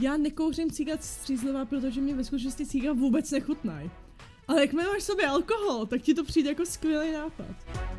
Já nekouřím ciga střízlivá, protože mě ve skutečnosti ciga vůbec nechutnají. Ale jak máš v sobě alkohol, tak ti to přijde jako skvělý nápad.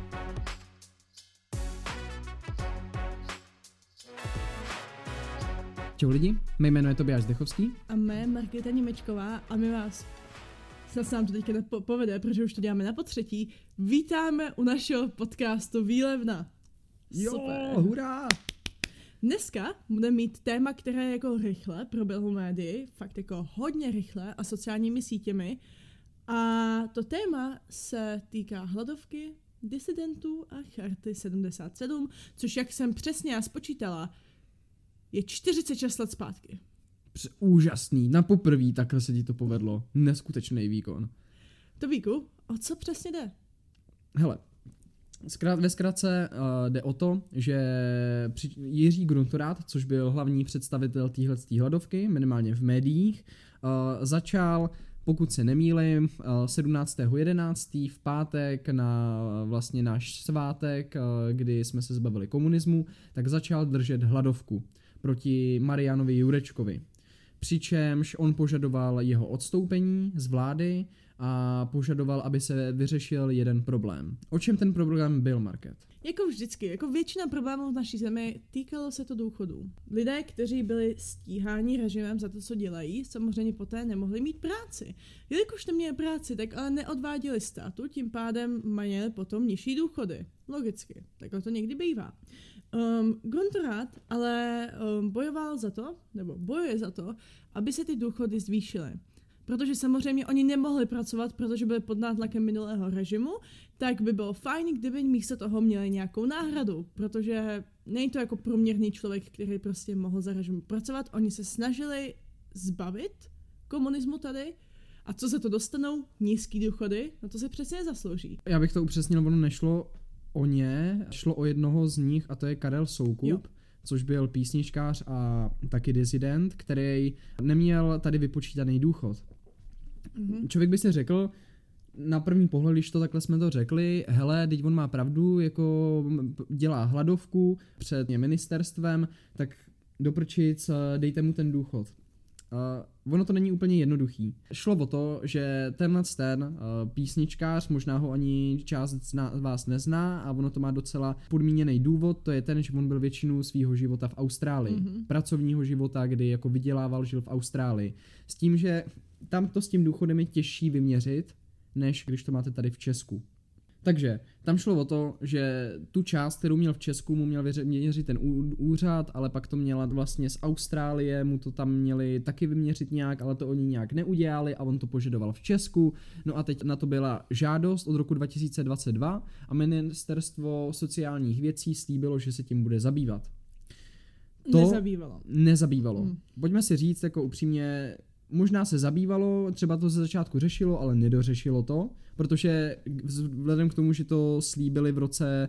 Čau lidi, mé jméno je Tobiáš Zdechovský. A mé Markéta Němečková a my vás, snad se nám to teďka povede, protože už to děláme na potřetí, vítáme u našeho podcastu Výlevna. Jo, super. hurá! Dneska budeme mít téma, které jako rychle proběhlo médii, fakt jako hodně rychle a sociálními sítěmi. A to téma se týká hladovky, disidentů a Charty 77, což jak jsem přesně já spočítala, je 46 let zpátky. Úžasný, na poprví takhle se ti to povedlo. Neskutečný výkon. Tobíku, o co přesně jde? Hele, ve zkratce jde o to, že Jiří Gruntorát, což byl hlavní představitel téhletý hladovky, minimálně v médiích, začal, pokud se nemýlim, 17.11. v pátek na vlastně náš svátek, kdy jsme se zbavili komunismu, tak začal držet hladovku proti Marianovi Jurečkovi. Přičemž on požadoval jeho odstoupení z vlády a požadoval, aby se vyřešil jeden problém. O čem ten problém byl, Market? Jako vždycky, jako většina problémů v naší zemi, týkalo se to důchodů. Lidé, kteří byli stíháni režimem za to, co dělají, samozřejmě poté nemohli mít práci. Jelikož neměli práci, tak ale neodváděli státu, tím pádem měli potom nižší důchody. Logicky, takhle to někdy bývá. Gruntorát ale bojoval za to, nebo bojuje za to, aby se ty důchody zvýšily. Protože samozřejmě oni nemohli pracovat, protože byli pod nátlakem minulého režimu, tak by bylo fajn, kdyby místo toho měli nějakou náhradu, protože není to jako průměrný člověk, který prostě mohl za režimu pracovat, oni se snažili zbavit komunismu tady a co se to dostanou? Nízký důchody, no to si přesně zaslouží. Já bych to upřesnil, ono nešlo o ně, šlo o jednoho z nich a to je Karel Soukup, jo, což byl písničkář a taky disident, který neměl tady vypočítaný důchod. Mm-hmm. Člověk by si řekl, na první pohled, když to takhle jsme to řekli, hele, teď on má pravdu, jako dělá hladovku před ministerstvem, tak doprčic, dejte mu ten důchod. Ono to není úplně jednoduchý. Šlo o to, že ten písničkář, možná ho ani část z vás nezná a ono to má docela podmíněný důvod, to je ten, že on byl většinu svýho života v Austrálii. Mm-hmm. Pracovního života, kdy jako vydělával, žil v Austrálii. S tím, že tam to s tím důchodem je těžší vyměřit, než když to máte tady v Česku. Takže tam šlo o to, že tu část, kterou měl v Česku, mu měl vyměřit ten úřad, ale pak to měla vlastně z Austrálie, mu to tam měli taky vyměřit nějak, ale to oni nějak neudělali a on to požadoval v Česku. No a teď na to byla žádost od roku 2022 a Ministerstvo sociálních věcí slíbilo, že se tím bude zabývat. To nezabývalo. Pojďme si říct jako upřímně, možná se zabývalo, třeba to ze začátku řešilo, ale nedořešilo to, protože vzhledem k tomu, že to slíbili v roce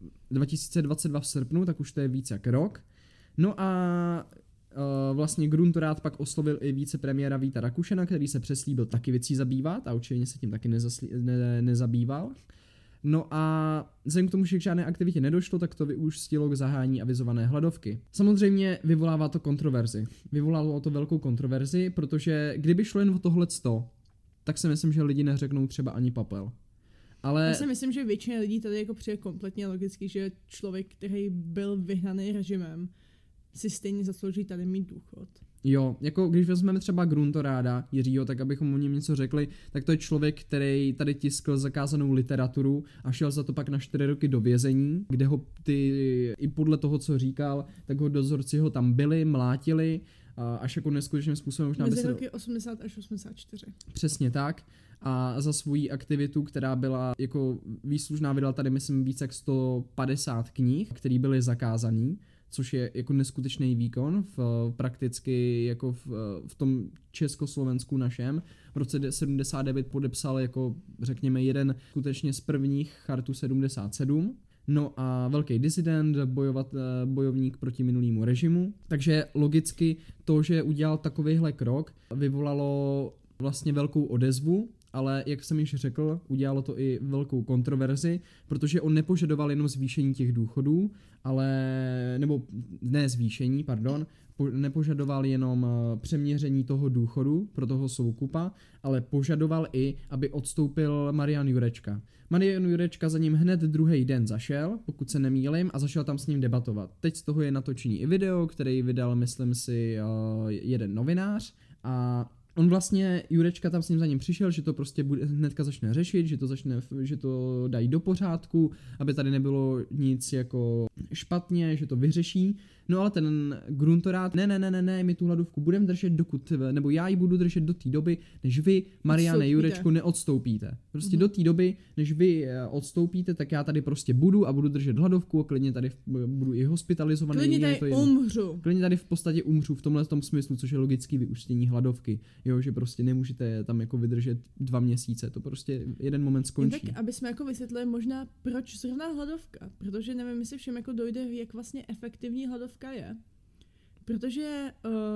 2022 v srpnu, tak už to je víc jak rok. No a vlastně Gruntorát pak oslovil i vicepremiéra Víta Rakušana, který se přeslíbil taky věcí zabývat a určitě se tím taky nezabýval. No a vzhledem k tomu, že k žádné aktivitě nedošlo, tak to vyústilo k zahájení avizované hladovky. Samozřejmě vyvolává to kontroverzi. Vyvolalo to velkou kontroverzi, protože kdyby šlo jen o tohleto, tak si myslím, že lidi neřeknou třeba ani papel. Ale já si myslím, že většina lidí tady jako přijde kompletně logicky, že člověk, který byl vyhnaný režimem, si stejně zaslouží tady mít důchod. Jo, jako když vezmeme třeba Gruntoráda Jiřího, tak abychom o něm něco řekli, tak to je člověk, který tady tiskl zakázanou literaturu a šel za to pak na 4 roky do vězení, kde ho i podle toho, co říkal, tak ho dozorci ho tam byli, mlátili, až jako neskutečným způsobem možná mezi roky 80 až 84. Přesně tak. A za svoji aktivitu, která byla jako výslužná, vydal tady myslím více jak 150 knih, které byly zakázaný, což je jako neskutečný výkon prakticky jako v tom Československu našem. V roce 79 podepsal jako řekněme jeden skutečně z prvních chartu 77. No a velký disident, bojovník proti minulému režimu. Takže logicky to, že udělal takovýhle krok, vyvolalo vlastně velkou odezvu, ale jak jsem již řekl, udělalo to i velkou kontroverzi, protože on nepožadoval jenom zvýšení těch důchodů, nebo ne zvýšení, nepožadoval jenom přeměření toho důchodu pro toho Soukupa, ale požadoval i, aby odstoupil Marian Jurečka. Marian Jurečka za ním hned druhý den zašel, pokud se nemýlím, a zašel tam s ním debatovat. Teď z toho je natočený i video, který vydal, myslím si, jeden novinář, a on vlastně, Jurečka tam s ním za ním přišel, že to prostě hnedka začne řešit, že to dají do pořádku, aby tady nebylo nic jako špatně, že to vyřeší. No ale ten Gruntorát, ne, my tu hladovku budeme držet nebo já ji budu držet do té doby, než vy, Mariane Jurečko, neodstoupíte. Prostě do té doby, než vy odstoupíte, tak já tady prostě budu a budu držet hladovku a klidně tady budu i hospitalizovaný. Klidně tady umřu. Klidně tady v podstatě umřu v tomhle smyslu, což je logický vyústění hladovky. Jo, že prostě nemůžete tam jako vydržet 2 měsíce, to prostě jeden moment skončí. Tak, aby jsme jako vysvětlili možná, proč zrovna hladovka, protože nevím, jestli všem jako dojde, jak vlastně efektivní hladovka je. Protože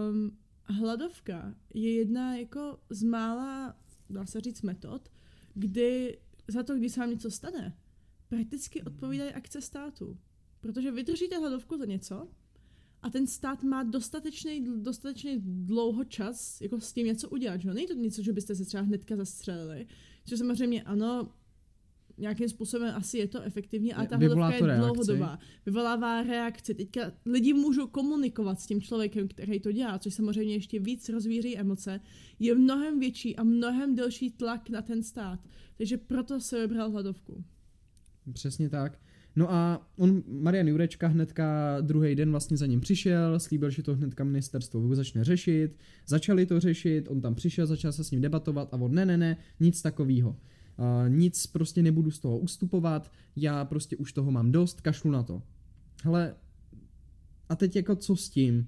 hladovka je jedna jako z mála, dá se říct, metod, kdy za to, když se vám něco stane, prakticky odpovídají akce státu. Protože vydržíte hladovku za něco a ten stát má dostatečný dlouho čas jako s tím něco udělat. Že? Není to něco, že byste se třeba hnedka zastřelili. Což samozřejmě ano, nějakým způsobem asi je to efektivní, ale ta hladovka je dlouhodobá. Vyvolává reakci. Teďka lidi můžou komunikovat s tím člověkem, který to dělá, což samozřejmě ještě víc rozvíří emoce. Je mnohem větší a mnohem delší tlak na ten stát. Takže proto se vybral hladovku. Přesně tak. No a Marian Jurečka hnedka druhý den vlastně za ním přišel, slíbil, že to hnedka ministerstvo začne řešit, začali to řešit, on tam přišel, začal se s ním debatovat a on ne, nic takového. Nic prostě nebudu z toho ustupovat, já prostě už toho mám dost, kašlu na to. Hele, a teď jako co s tím?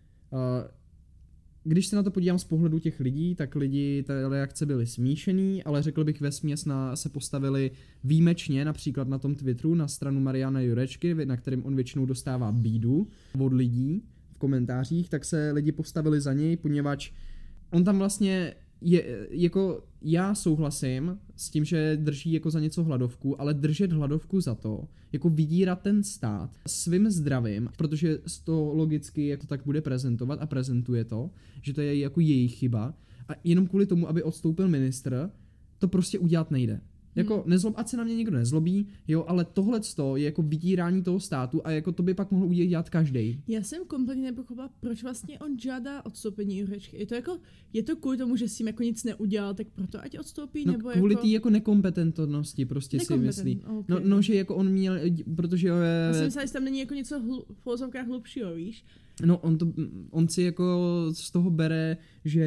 Když se na to podívám z pohledu těch lidí, tak ty reakce byly smíšený, ale řekl bych vesměs se postavili výjimečně, například na tom Twitteru, na stranu Mariana Jurečky, na kterém on většinou dostává bídu od lidí v komentářích, tak se lidi postavili za něj, poněvadž on tam vlastně jako já souhlasím s tím, že drží jako za něco hladovku, ale držet hladovku za to, jako vydírat ten stát svým zdravím, protože to logicky jako tak bude prezentovat a prezentuje to, že to je jako jejich chyba a jenom kvůli tomu, aby odstoupil ministr, to prostě udělat nejde. Jako ať se na mě nikdo nezlobí, jo, ale tohleto je jako vydírání toho státu a jako to by pak mohl udělat každý. Já jsem kompletně nepochopila, proč vlastně on žádá odstoupení Jurečky. Je to kvůli tomu, že s tím jako nic neudělal, tak proto ať odstoupí, no, nebo kvůli jako... té jako nekompetentnosti prostě si myslí. Okay. No, že jako on měl, protože... Já jsem myslela, že tam není jako něco v filozofkách hlubšího, víš? No, on si jako z toho bere, že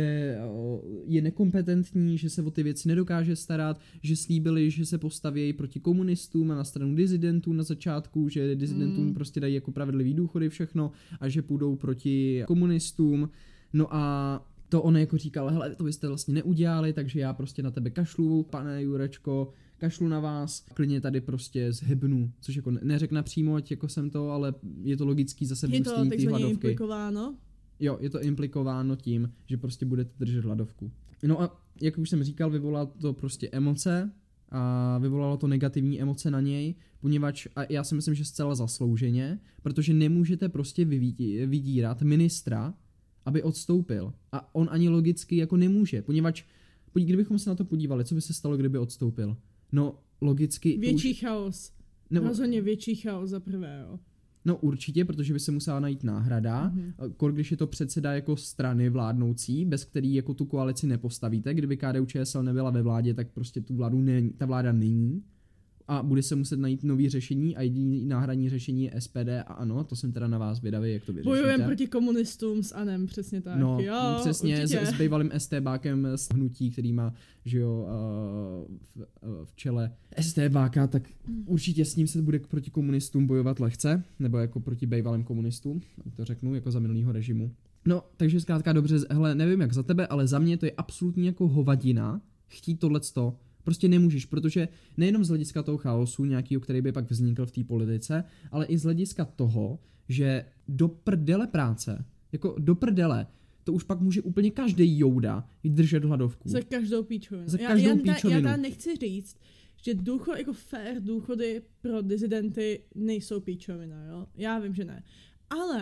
je nekompetentní, že se o ty věci nedokáže starat, že slíbili, že se postaví proti komunistům a na stranu disidentů na začátku, že disidentům prostě dají jako spravedlivý důchody všechno a že půjdou proti komunistům. No a to on jako říkal, hele, to byste vlastně neudělali, takže já prostě na tebe kašlu, pane Jurečko, kašlu na vás, klidně tady prostě zhybnu, což jako neřekne napřímo, ať jako jsem to, ale je to logický zase vyústění té hladovky. Implikováno? Jo, je to implikováno tím, že prostě budete držet hladovku. No a jak už jsem říkal, vyvolalo to prostě emoce a vyvolalo to negativní emoce na něj, poněvadž, a já si myslím, že zcela zaslouženě, protože nemůžete prostě vydírat ministra, aby odstoupil. A on ani logicky jako nemůže, poněvadž kdybychom se na to podívali, co by se stalo, kdyby odstoupil? No, logicky... Větší chaos. Rozhodně větší chaos za prvé, jo. No určitě, protože by se musela najít náhrada, když je to předseda jako strany vládnoucí, bez který jako tu koalici nepostavíte, kdyby KDU-ČSL nebyla ve vládě, tak prostě ta vláda není. A bude se muset najít nový řešení a jediný náhradní řešení je SPD a ANO, to jsem teda na vás vědavý, jak to vyřešíte. Bojujeme proti komunistům s ANem, přesně tak. No, jo, přesně, s bývalým STBákem z hnutí, který má, že jo, v čele STBáka, tak určitě s ním se bude proti komunistům bojovat lehce, nebo jako proti bývalým komunistům, to řeknu, jako za minulýho režimu. No, takže zkrátka dobře, hele, nevím jak za tebe, ale za mě to je absolutně jako hovadina chtít tohleto. Prostě nemůžeš, protože nejenom z hlediska toho chaosu nějakýho, který by pak vznikl v té politice, ale i z hlediska toho, že do prdele práce, jako do prdele, to už pak může úplně každý jouda držet hladovku. Za každou píčovinu. Já tam nechci říct, že jako fair důchody pro disidenty nejsou píčovina, jo? Já vím, že ne. Ale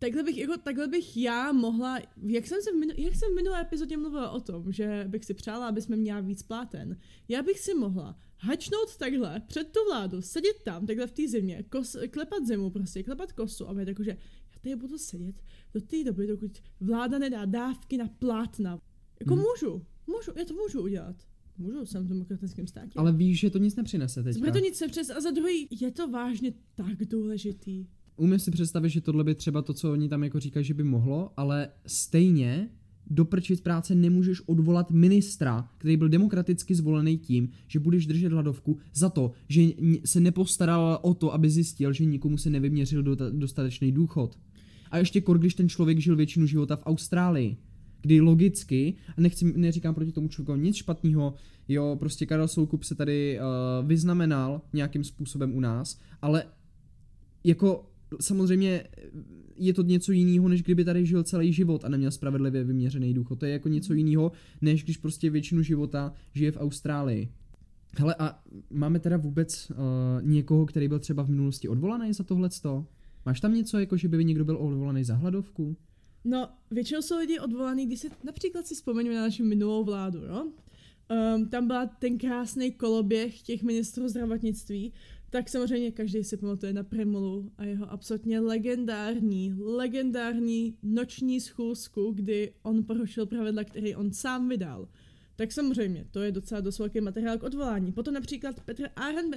takhle bych já mohla, jak jsem v minulé epizodě mluvila o tom, že bych si přála, aby jsme měli víc pláten, já bych si mohla hačnout takhle před tu vládu, sedět tam, takhle v té zimě, klepat zimu prostě, klepat kosu a být jakože já tady budu sedět do té doby, dokud vláda nedá dávky na plátna. Jako já to můžu udělat. Jsem v demokratickém státě. Ale víš, že to nic nepřinese teďka. To nic nepřinese a za druhý, je to vážně tak důležitý. Umím si představit, že tohle by třeba to, co oni tam jako říkají, že by mohlo, ale stejně do prčic práce nemůžeš odvolat ministra, který byl demokraticky zvolený tím, že budeš držet hladovku za to, že se nepostaral o to, aby zjistil, že nikomu se nevyměřil dostatečný důchod. A ještě když ten člověk žil většinu života v Austrálii, kdy logicky, a neříkám proti tomu člověku nic špatného, jo, prostě Karel Soukup se tady vyznamenal nějakým způsobem u nás, ale jako samozřejmě je to něco jiného, než kdyby tady žil celý život a neměl spravedlivě vyměřený důchod. To je jako něco jiného, než když prostě většinu života žije v Austrálii. Hele, a máme teda vůbec někoho, který byl třeba v minulosti odvolaný za tohleto? Máš tam něco, jako že by někdo byl odvolaný za hladovku? No, většinou jsou lidi odvolaný, když například si vzpomeňme na naši minulou vládu, no? Tam byl ten krásný koloběh těch ministrů zdravotnictví, tak samozřejmě každý si pamatuje na Prymulu a jeho absolutně legendární noční schůzku, kdy on porušil pravidla, který on sám vydal. Tak samozřejmě, to je docela dost velký materiál k odvolání. Potom například Petr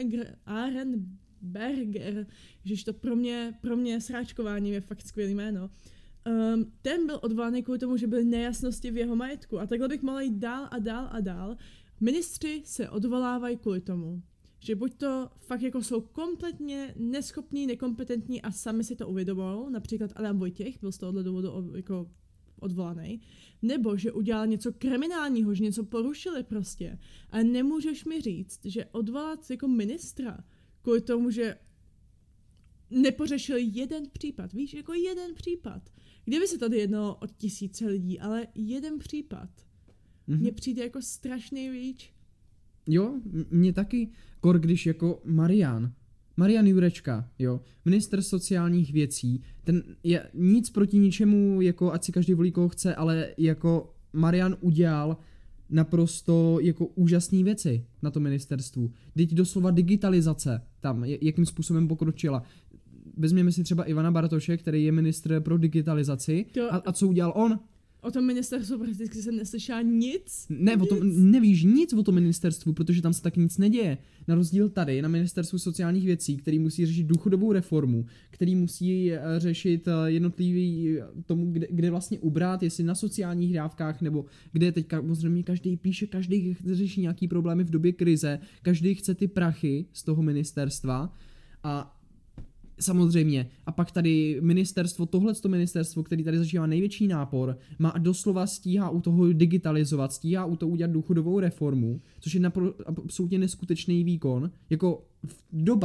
Arenberger, že to pro mě sráčkování je fakt skvělý jméno. Ten byl odvolaný kvůli tomu, že byly nejasnosti v jeho majetku. A takhle bych mohla jít dál. Ministři se odvolávají kvůli tomu, že buď to fakt jako jsou kompletně neschopní, nekompetentní a sami si to uvědomují, například Adam Vojtěch byl z tohohle důvodu jako odvolaný, nebo že udělal něco kriminálního, že něco porušili prostě. A nemůžeš mi říct, že odvolat jako ministra kvůli tomu, že nepořešil jeden případ, víš, jako jeden případ. Kdyby se tady jednalo o tisíce lidí, ale jeden případ. Mně přijde jako strašný reach. Jo, mně taky, když jako Marian Jurečka, jo, ministr sociálních věcí, ten je nic proti ničemu, jako ať si každý volí koho chce, ale jako Marian udělal naprosto jako úžasné věci na tom ministerstvu. Teď doslova digitalizace tam, jakým způsobem pokročila. Vezměme si třeba Ivana Bartoše, který je ministr pro digitalizaci. A co udělal on? O tom ministerstvu prakticky se neslyšela nic. Nevíš nic o tom ministerstvu, protože tam se taky nic neděje. Na rozdíl tady na ministerstvu sociálních věcí, který musí řešit důchodovou reformu, který musí řešit jednotlivý tomu, kde vlastně ubrat, jestli na sociálních dávkách, nebo kde teďka samozřejmě každý píše, každý řeší nějaký problémy v době krize, každý chce ty prachy z toho ministerstva a samozřejmě, a pak tady tohleto ministerstvo, který tady zažívá největší nápor, má doslova stíhá u toho digitalizovat, stíhá u toho udělat důchodovou reformu, což je absolutně neskutečný výkon, jako v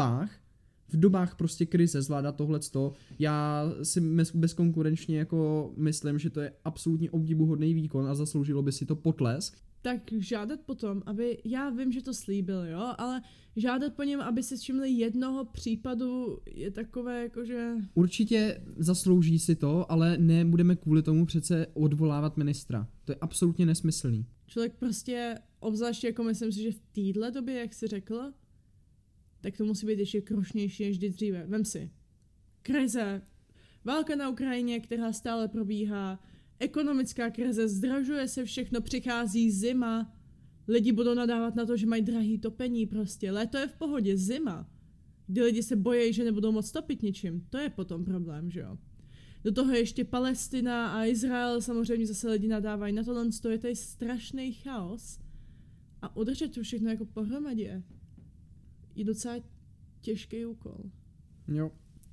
dobách prostě krize zvládat tohleto, já si bezkonkurenčně jako myslím, že to je absolutně obdivuhodný výkon a zasloužilo by si to potlesk. Tak žádat potom, aby, já vím, že to slíbil, jo, ale žádat po něm, aby se všimli jednoho případu je takové jakože... Určitě zaslouží si to, ale nebudeme kvůli tomu přece odvolávat ministra. To je absolutně nesmyslný. Člověk prostě, obzvláště jako myslím si, že v téhle době, jak jsi řekl, tak to musí být ještě krušnější než dříve. Vem si. Krize, válka na Ukrajině, která stále probíhá, ekonomická krize, zdražuje se všechno, přichází zima, lidi budou nadávat na to, že mají drahý topení prostě, léto je v pohodě, zima, kdy lidi se bojí, že nebudou moc topit ničím, to je potom problém, že jo. Do toho ještě Palestina a Izrael, samozřejmě zase lidi nadávají na tohle, to je tady strašný chaos a udržet to všechno jako pohromadě je docela těžký úkol. Jo.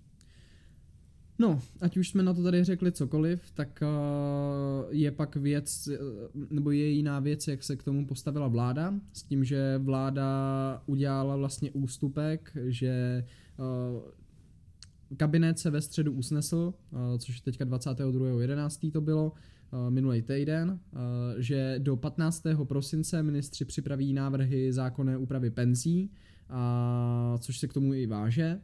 No, ať už jsme na to tady řekli cokoliv, tak je pak věc, nebo je jiná věc, jak se k tomu postavila vláda, s tím, že vláda udělala vlastně ústupek, že kabinet se ve středu usnesl, což teďka 22.11. to bylo, minulý týden, že do 15. prosince ministři připraví návrhy zákonné úpravy penzí, což se k tomu i váže.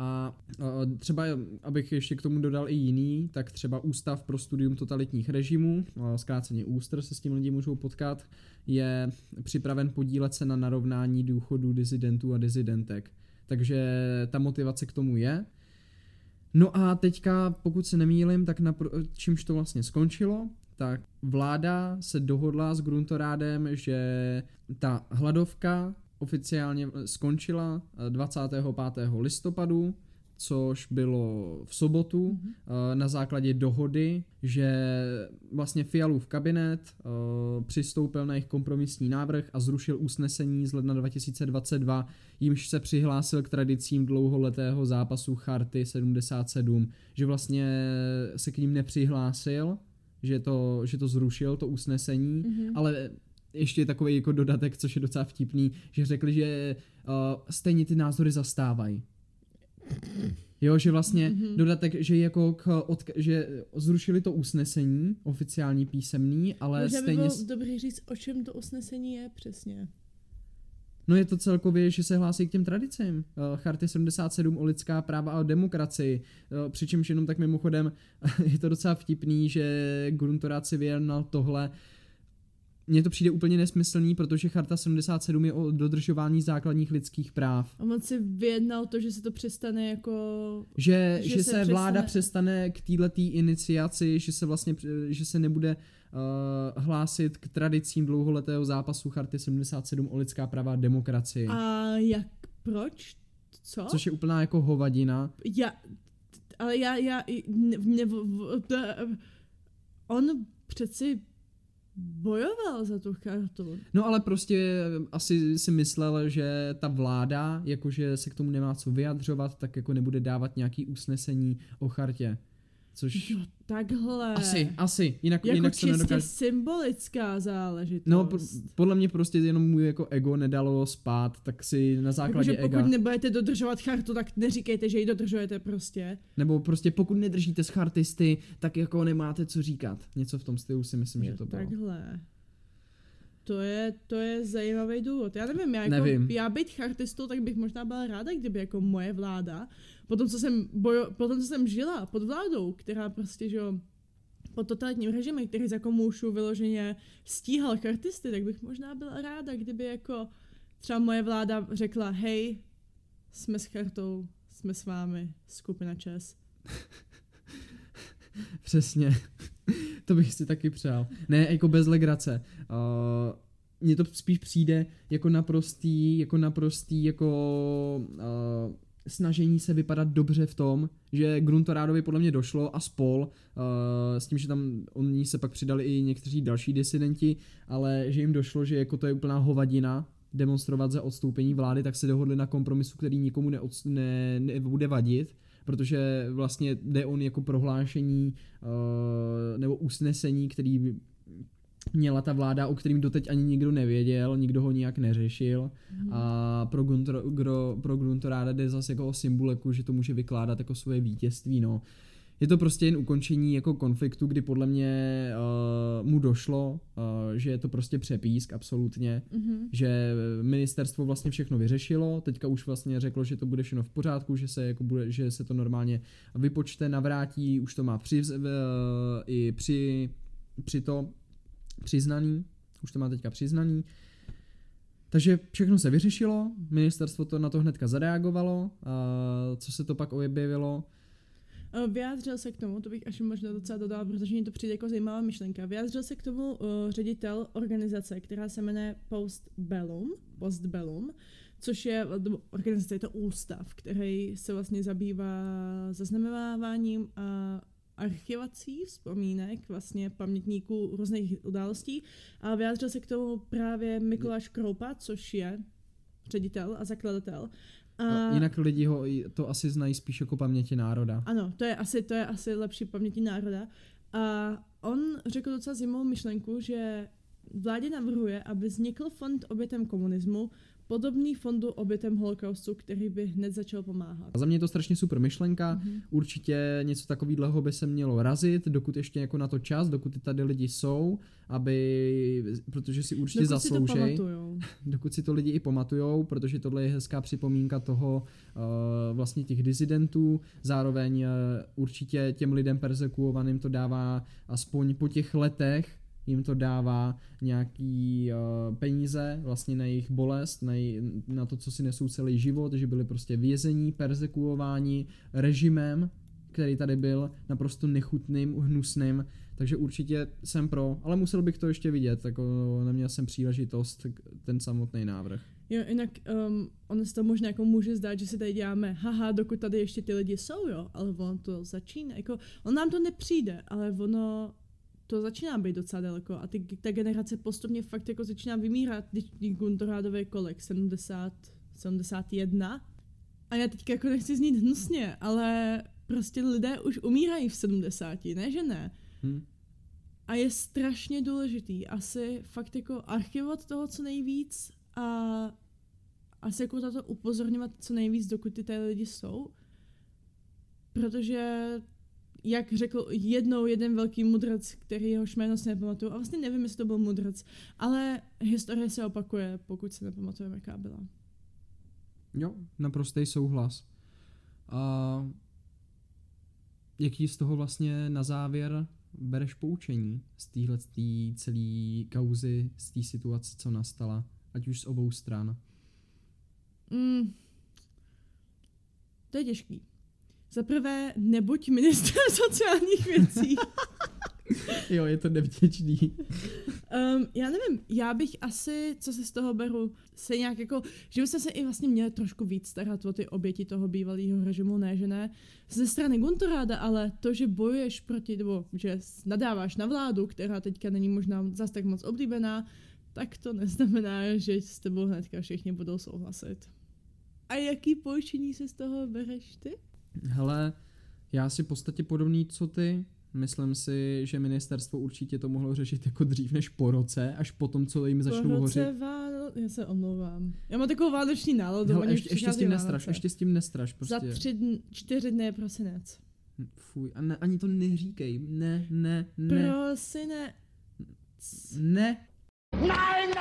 A třeba, abych ještě k tomu dodal i jiný, tak třeba Ústav pro studium totalitních režimů, zkráceně ÚSTR, se s tím lidi můžou potkat, je připraven podílet se na narovnání důchodů disidentů a disidentek. Takže ta motivace k tomu je. No a teďka, pokud se nemýlim, tak čímž to vlastně skončilo, tak vláda se dohodla s Gruntorádem, že ta hladovka oficiálně skončila 25. listopadu, což bylo v sobotu, na základě dohody, že vlastně Fialův kabinet přistoupil na jejich kompromisní návrh a zrušil usnesení z ledna 2022, jímž se přihlásil k tradicím dlouholetého zápasu Charty 77, že vlastně se k ním nepřihlásil, že to zrušil, to usnesení, ale ještě takový jako dodatek, což je docela vtipný, že řekli, že stejně ty názory zastávají. Jo, že vlastně dodatek, že jako že zrušili to usnesení, oficiální písemný, ale možná stejně... Možná by bylo dobrý říct, o čem to usnesení je přesně. No je to celkově, že se hlásí k těm tradicím. Charty 77 o lidská práva a o demokracii. Přičemž jenom tak mimochodem je to docela vtipný, že Gruntorát si vyjednal tohle. Mně to přijde úplně nesmyslný, protože Charta 77 je o dodržování základních lidských práv. A on si vyjednal to, že se to přestane jako... Že se vláda přestane k této iniciaci, že se nebude hlásit k tradicím dlouholetého zápasu Charty 77 o lidská práva a demokracii. A proč? Co? Což je úplná jako hovadina. On přeci bojoval za tu chartu. No ale prostě asi si myslel, že ta vláda, jakože se k tomu nemá co vyjadřovat, tak jako nebude dávat nějaký usnesení o chartě. Což... Jo, takhle. Asi. Jinak se čistě symbolická záležitost. No, podle mě prostě jenom můj jako ego nedalo spát, tak si na základě ega... pokud nebudete dodržovat chartu, tak neříkejte, že ji dodržujete prostě. Nebo prostě pokud nedržíte z chartisty, tak jako nemáte co říkat. Něco v tom stylu si myslím, že to bylo. Takhle. To je zajímavý důvod. Já nevím, já být chartistou, tak bych možná byla ráda, kdyby jako moje vláda, potom co jsem žila pod vládou, která prostě, že jo, pod totalitním režimem, který za komoušů vyloženě stíhal chartisty, tak bych možná byla ráda, kdyby jako třeba moje vláda řekla, hej, jsme s chartou, jsme s vámi, skupina ČES. Přesně. To bych si taky přál. Ne, jako bez legrace. Mně to spíš přijde jako naprostý snažení se vypadat dobře v tom, že Gruntorádovi podle mě došlo a spol, s tím, že tam oni se pak přidali i někteří další disidenti, ale že jim došlo, že jako to je úplná hovadina demonstrovat za odstoupení vlády, tak se dohodli na kompromisu, který nikomu nebude vadit, protože vlastně jde on jako prohlášení nebo usnesení, který měla ta vláda, o kterým doteď ani nikdo nevěděl, nikdo ho nijak neřešil a pro Gruntoráda jde zase jako o symboliku, že to může vykládat jako svoje vítězství, no. Je to prostě jen ukončení jako konfliktu, kdy podle mě mu došlo, že je to prostě přepísk absolutně, že ministerstvo vlastně všechno vyřešilo, teďka už vlastně řeklo, že to bude všechno v pořádku, že se to normálně vypočte, navrátí, už to má přiznaný, už to má teďka přiznaný. Takže všechno se vyřešilo, ministerstvo to na to hnedka zareagovalo, co se to pak objevilo. Vyjádřil se k tomu, to bych až možná docela dodala, protože mi to přijde jako zajímavá myšlenka. Vyjádřil se k tomu ředitel organizace, která se jmenuje Postbellum, což je organizace, je to ústav, který se vlastně zabývá zaznamenáváním a archivací vzpomínek vlastně pamětníků různých událostí a vyjádřil se k tomu právě Mikuláš Kroupa, což je ředitel a zakladatel. Jinak lidi ho to asi znají spíš jako paměti národa. Ano, to je asi lepší paměti národa. A on řekl docela zajímavou myšlenku, že vládě navrhuje, aby vznikl fond obětem komunismu podobný fondu obětem holokaustu, který by hned začal pomáhat. A za mě je to strašně super myšlenka, určitě něco takového by se mělo razit, dokud ještě jako na to čas, dokud tady lidi jsou, protože si určitě zasloužej. Dokud si to lidi i pamatujou, protože tohle je hezká připomínka toho vlastně těch disidentů, zároveň určitě těm lidem perzekuovaným to dává aspoň po těch letech, jim to dává nějaký peníze vlastně na jejich bolest, na to, co si nesou celý život, že byli prostě vězení, perzekuováni režimem, který tady byl naprosto nechutným, hnusným, takže určitě jsem pro, ale musel bych to ještě vidět, jako neměl jsem příležitost ten samotný návrh. Jo, jinak ono se to možná jako může zdát, že si tady děláme haha, dokud tady ještě ty lidi jsou, jo, ale ono to začíná, jako on nám to nepřijde, ale ono to začíná být docela daleko a ta generace postupně fakt jako začíná vymírat, když Guntorádové kolik, 71 a já teďka jako nechci znít hnusně, ale prostě lidé už umírají v 70, ne že ne? A je strašně důležitý asi fakt jako archivovat toho co nejvíc a asi jako toto upozorňovat co nejvíc, dokud ty tady lidi jsou, protože jak řekl jednou jeden velký mudrc, který jehož jméno si nepamatuju, a vlastně nevím, jestli to byl mudrc, ale historie se opakuje, pokud se nepamatujeme, jaká byla. Jo, naprostý souhlas. A jaký z toho vlastně na závěr bereš poučení z téhle celé kauzy, z té situace, co nastala, ať už z obou stran? To je těžký. Za prvé, nebuď ministrem sociálních věcí. Jo, je to nevděčný. Já nevím, já bych asi, co si z toho beru, se nějak jako, že byste se i vlastně měli trošku víc starat o ty oběti toho bývalého režimu, ne, že ne, ze strany Guntoráda, ale to, že bojuješ proti, nebo že nadáváš na vládu, která teďka není možná zas tak moc oblíbená, tak to neznamená, že s tebou hnedka všichni budou souhlasit. A jaký poučení si z toho bereš ty? Hele, já si v podstatě podobný, co ty. Myslím si, že ministerstvo určitě to mohlo řešit jako dřív než po roce, až po tom, co jim začnou hořit. Já se omlouvám. Já mám takovou vánoční náladu. Hele, ještě s tím nestraš. Prostě. Za 4 dny je prosinec. Fuj, ani to neříkej. Ne. Prosinec. Ne. Nein!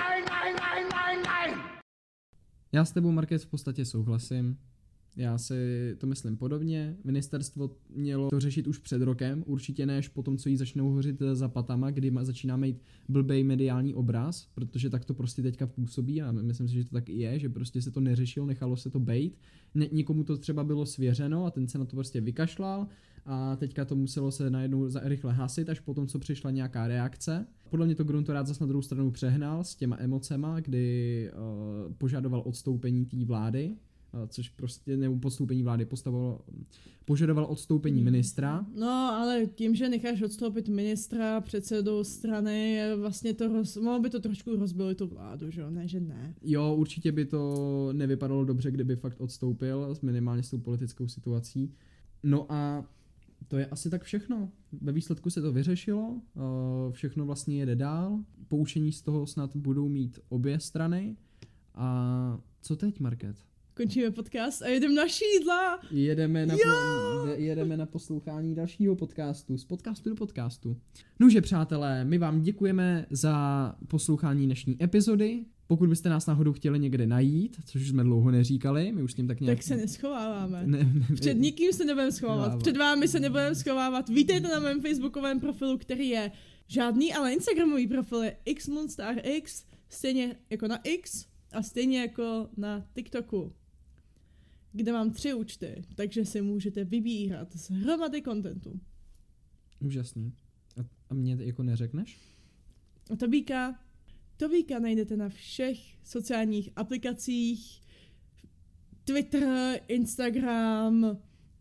Já s tebou, Markéz, v podstatě souhlasím. Já si to myslím podobně. Ministerstvo mělo to řešit už před rokem, určitě ne až po tom, co jí začnou hořit za patama, kdy začíná mít blbej mediální obraz, protože tak to prostě teďka působí a myslím si, že to tak i je, že prostě se to neřešilo, nechalo se to bejt. Nikomu to třeba bylo svěřeno a ten se na to prostě vykašlal a teďka to muselo se najednou rychle hasit, až potom, co přišla nějaká reakce. Podle mě to Gruntorád zase na druhou stranu přehnal s těma emocema, kdy požadoval odstoupení té vlády, což prostě nebo podstoupení vlády požadoval odstoupení ministra. No, ale tím, že necháš odstoupit ministra, předsedu strany, vlastně mohlo by to trošku rozbili tu vládu, že jo? Ne, že ne. Jo, určitě by to nevypadalo dobře, kdyby fakt odstoupil, minimálně s tou politickou situací. No a to je asi tak všechno. Ve výsledku se to vyřešilo, všechno vlastně jede dál, poučení z toho snad budou mít obě strany. A co teď, Market? Končíme podcast a jedeme na šídla. Jedeme na poslouchání dalšího podcastu, z podcastu do podcastu. Nože přátelé, my vám děkujeme za poslouchání dnešní epizody. Pokud byste nás náhodou chtěli někde najít, což jsme dlouho neříkali, my už s tím tak nějak... Tak se neschováváme. Před nikým se nebudeme schovávat. Před vámi se nebudeme schovávat. Vítejte na mém facebookovém profilu, který je žádný, ale instagramový profil je xmonstarx, stejně jako na X a stejně jako na TikToku, kde mám 3 účty, takže si můžete vybírat z hromady kontentu. Úžasný. A mě jako neřekneš? A Tobíka najdete na všech sociálních aplikacích, Twitter, Instagram.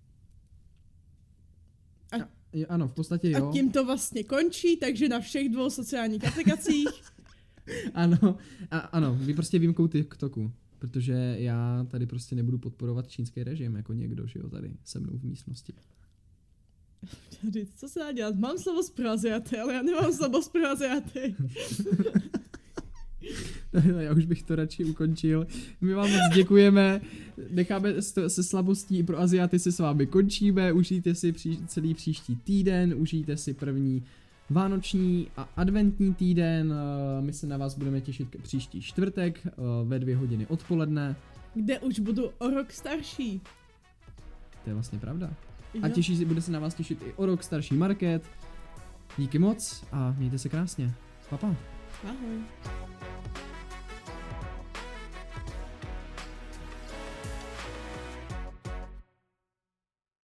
Ano, v podstatě jo. A tím to vlastně končí, takže na všech 2 sociálních aplikacích. Ano, vy prostě výjimkou TikToku. Protože já tady prostě nebudu podporovat čínský režim jako někdo, že jo, tady se mnou v místnosti. Co se dá dělat? Mám slovo z pro Aziaty, ale já nemám slovo z pro Aziaty. Já už bych to radši ukončil. My vám moc děkujeme. Necháme se slabostí pro Aziaty se s vámi končíme. Užijte si celý příští týden. Užijte si první vánoční a adventní týden. My se na vás budeme těšit příští čtvrtek ve 2 hodiny odpoledne. Kde už budu o rok starší. To je vlastně pravda. Jo. A bude se na vás těšit i o rok starší Market. Díky moc a mějte se krásně. Pa, pa. Ahoj.